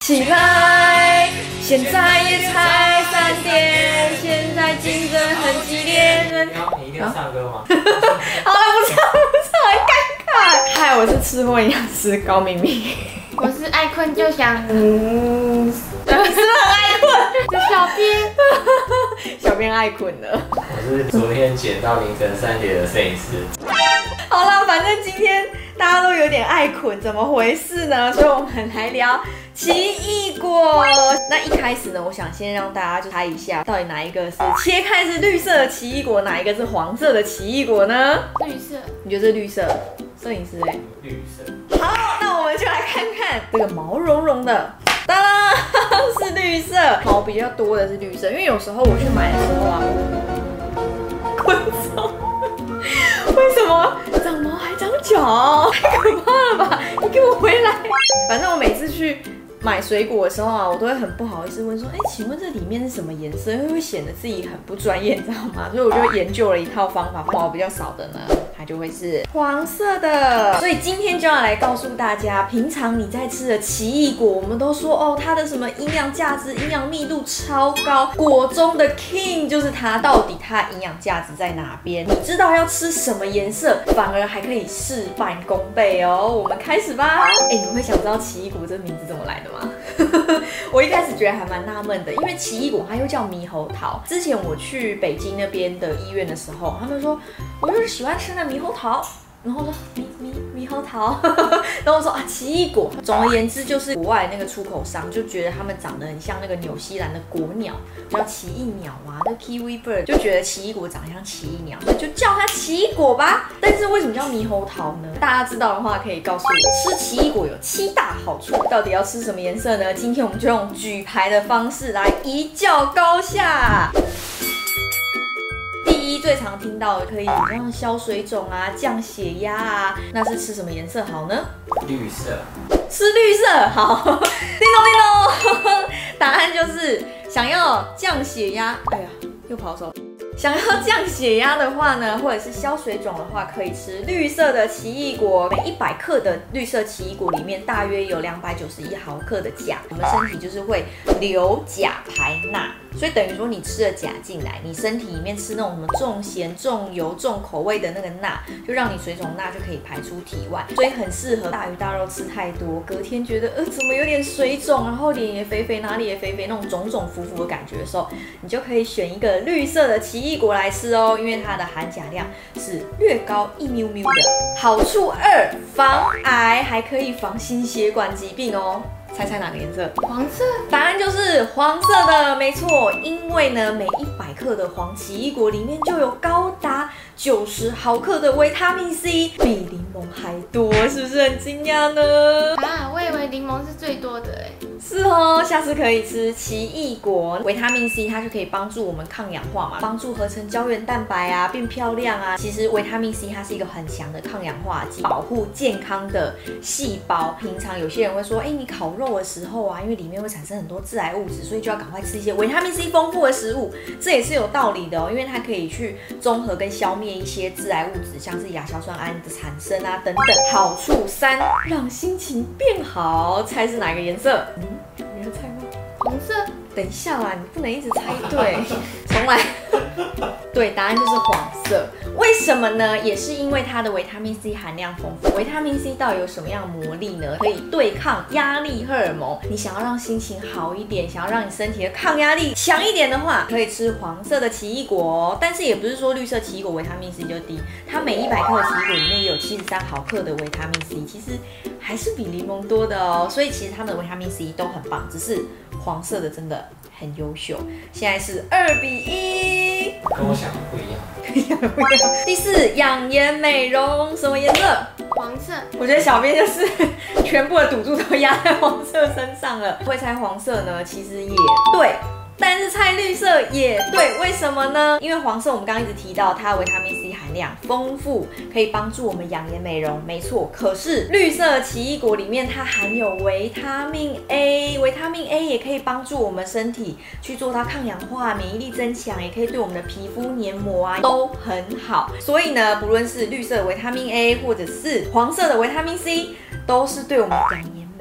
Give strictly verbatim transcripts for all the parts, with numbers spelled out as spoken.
起来，现在也才三点，现在竞争很激烈。 你一定要唱歌吗？ 好了，不唱不唱，很尴尬。嗨，我是吃货营养师高明明。 我是爱困就想，嗯， 你是不是很爱困？ 就小编， 小编爱困了。 我是昨天剪到凌晨三点的摄影师。 好了，反正今天大家都有点爱困，怎么回事呢？所以我们来聊奇异果。那一开始呢，我想先让大家就猜一下，到底哪一个是切开是绿色的奇异果，哪一个是黄色的奇异果呢？ 绿色， 你觉得是绿色？摄影师哎， 绿色。 好，那我们就来看看这个毛茸茸的。当然是绿色，毛比较多的是绿色，因为有时候我去买的时候啊，昆虫为什么长毛还长脚？太可怕了吧！你给我回来！反正我每次去买水果的时候啊，我都会很不好意思问说，哎、欸，请问这里面是什么颜色？因为会显得自己很不专业，你知道吗？所以我就研究了一套方法，毛比较少的呢，它就会是黄色的。所以今天就要来告诉大家，平常你在吃的奇异果，我们都说哦，它的什么营养价值、营养密度超高，果中的 king 就是它，到底它营养价值在哪边？你知道要吃什么颜色，反而还可以事半功倍哦。我们开始吧。哎、欸，你们会想知道奇异果这名字怎么来的吗？我一开始觉得还蛮纳闷的，因为奇异果它又叫猕猴桃。之前我去北京那边的医院的时候，他们说我就是喜欢吃那猕猴桃。然后我说猕猕猕猴桃，然后我说啊奇异果。总而言之，就是国外那个出口商就觉得它们长得很像那个纽西兰的国鸟，叫奇异鸟啊，那 kiwi bird， 就觉得奇异果长得像奇异鸟，所以就叫它奇异果吧。但是为什么叫猕猴桃呢？大家知道的话可以告诉我。吃奇异果有七大好处，到底要吃什么颜色呢？今天我们就用举牌的方式来一较高下。第一，最常听到的可以像消水肿啊、降血压啊，那是吃什么颜色好呢？ 绿色。 吃绿色好。叮咚叮咚，答案就是想要降血压。哎呀，又跑走。想要降血压的话呢，或者是消水肿的话，可以吃绿色的奇异果。每一百克的绿色奇异果里面，大约有两百九十一毫克的钾。我们身体就是会留钾排钠，所以等于说你吃了钾进来，你身体里面吃那种什么重咸、重油、重口味的那个钠，就让你水肿钠就可以排出体外，所以很适合大鱼大肉吃太多，隔天觉得呃怎么有点水肿，然后脸也肥肥，哪里也肥肥，那种肿肿浮浮的感觉的时候，你就可以选一个绿色的奇异果来吃哦，因为它的含钾量是略高一喵喵的。好处二，防癌，还可以防心血管疾病哦。猜猜哪个颜色？ 黄色。 答案就是黄色的，没错。因为呢，每一百克的黄奇异果里面就有高达九十毫克的维他命 C， 比柠檬还多，是不是很惊讶呢？ 啊，我以为柠檬是最多的哎。 是哦，下次可以吃奇异果。维他命 C 它就可以帮助我们抗氧化嘛，帮助合成胶原蛋白啊，变漂亮啊。其实维他命 C 它是一个很强的抗氧化剂，保护健康的细胞。平常有些人会说，哎，你烤肉的时候啊，因为里面会产生很多致癌物质，所以就要赶快吃一些维他命 C 丰富的食物。这也是有道理的哦，因为它可以去综合跟消灭一些致癌物质，像是亚硝酸胺的产生啊等等。好处三，让心情变好。猜是哪个颜色？嗯，你要猜吗？ 红色。 等一下啦，你不能一直猜对，重来。对，答案就是黄色。为什么呢？也是因为它的维他命 C 含量丰富。维他命 C 到底有什么样的魔力呢？可以对抗压力荷尔蒙。你想要让心情好一点，想要让你身体的抗压力强一点的话，可以吃黄色的奇异果哦。但是也不是说绿色奇异果维他命 C 就低，它每一百克的奇异果里面也有七十三毫克的维他命 C， 其实还是比柠檬多的哦。所以其实它们的维他命 C 都很棒，只是黄色的真的很优秀。现在是二比一， 跟我想的不一样。 不一样。第四，养颜美容，什么颜色？ 黄色。 我觉得小编就是全部的赌注都压在黄色身上了。会猜黄色呢，其实也对。但是猜绿色也对，为什么呢？因为黄色我们刚刚一直提到它的维他命 C 含量丰富，可以帮助我们养颜美容，没错。可是绿色奇异果里面它含有维他命 A， 维他命 A 也可以帮助我们身体去做到抗氧化、免疫力增强，也可以对我们的皮肤黏膜啊都很好。所以呢，不论是绿色的维他命 A 或者是黄色的维他命 C， 都是对我们养颜美容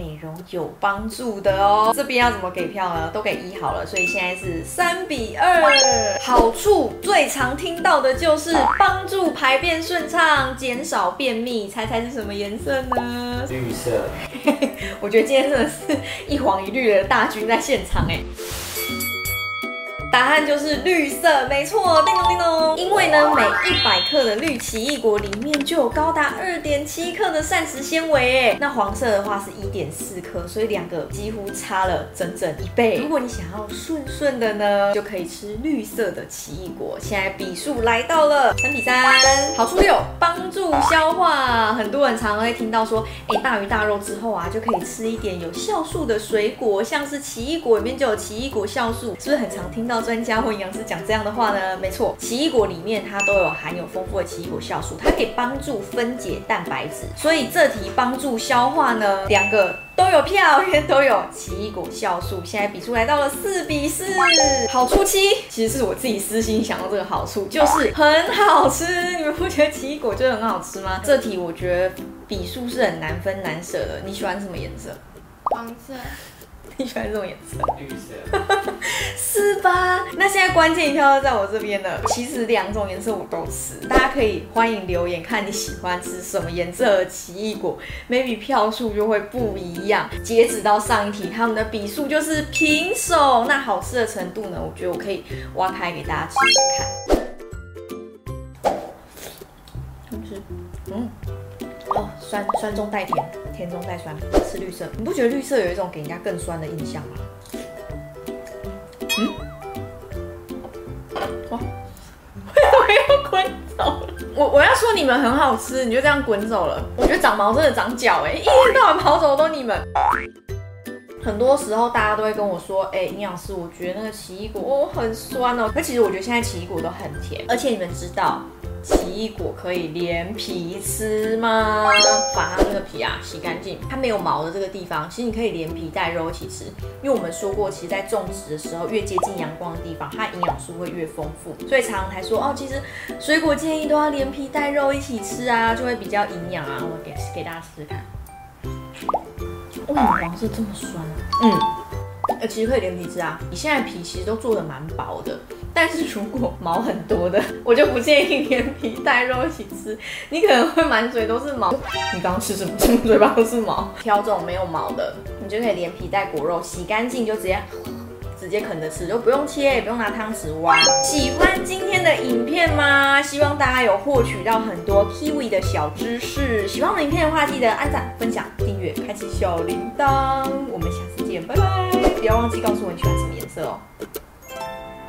有帮助的哦。这边要怎么给票呢？都给一好了，所以现在是三比二。好处最常听到的就是帮助排便顺畅，减少便秘。猜猜是什么颜色呢？ 绿色。 我觉得今天真的是一黄一绿的大军在现场哎。答案就是绿色，没错，叮咚叮咚。因为呢，每一百克的绿奇异果里面就有高达二点七克的膳食纤维，哎，那黄色的话是一点四克，所以两个几乎差了整整一倍。如果你想要顺顺的呢，就可以吃绿色的奇异果。现在比数来到了三比三。好处六，帮助消化。很多人常常会听到说，哎，大鱼大肉之后啊，就可以吃一点有酵素的水果，像是奇异果里面就有奇异果酵素，是不是很常听到专家或营养师讲这样的话呢？没错，奇异果里面它都有含有丰富的奇异果酵素，它可以帮助分解蛋白质，所以这题帮助消化呢，两个都有票，因为都有奇异果酵素。现在比数来到了四比四。好处七，其实是我自己私心想到这个好处，就是很好吃。你们不觉得奇异果就很好吃吗？这题我觉得比数是很难分难舍的。你喜欢什么颜色？ 黄色。 你喜欢这种颜色？ 绿色。 是吧？那现在关键一票就在我这边了。其实两种颜色我都吃，大家可以欢迎留言，看你喜欢吃什么颜色的奇异果 ，maybe 票数就会不一样。截止到上一题，他们的比数就是平手。那好吃的程度呢？我觉得我可以挖开给大家吃吃看。吃，嗯。哦，酸酸中带甜，甜中带酸，是绿色。你不觉得绿色有一种给人家更酸的印象吗？嗯，哇，为什么又滚走了？我我要说你们很好吃，你就这样滚走了。我觉得长毛真的长脚哎，一天到晚跑走的都你们。很多时候大家都会跟我说，哎、欸，营养师，我觉得那个奇异果哦很酸哦。可其实我觉得现在奇异果都很甜，而且你们知道。奇异果可以连皮吃吗？把它那个皮啊洗干净，它没有毛的这个地方，其实你可以连皮带肉一起吃。因为我们说过，其实在种植的时候，越接近阳光的地方，它营养素会越丰富。所以常常才说哦，其实水果建议都要连皮带肉一起吃啊，就会比较营养啊。我给给大家试试看。为什么黄色这么酸啊？嗯。呃，其实可以连皮吃啊。你现在皮其实都做的蛮薄的，但是如果毛很多的，我就不建议连皮带肉一起吃，你可能会满嘴都是毛。你刚刚吃什么？什么嘴巴都是毛？挑这种没有毛的，你就可以连皮带果肉洗干净，就直接直接啃着吃，就不用切，也不用拿汤匙挖。喜欢今天的影片吗？希望大家有获取到很多 kiwi 的小知识。喜欢我们影片的话，记得按赞、分享、订阅、开启小铃铛。我们下次见，拜拜！不要忘记告诉我你喜欢什么颜色哦。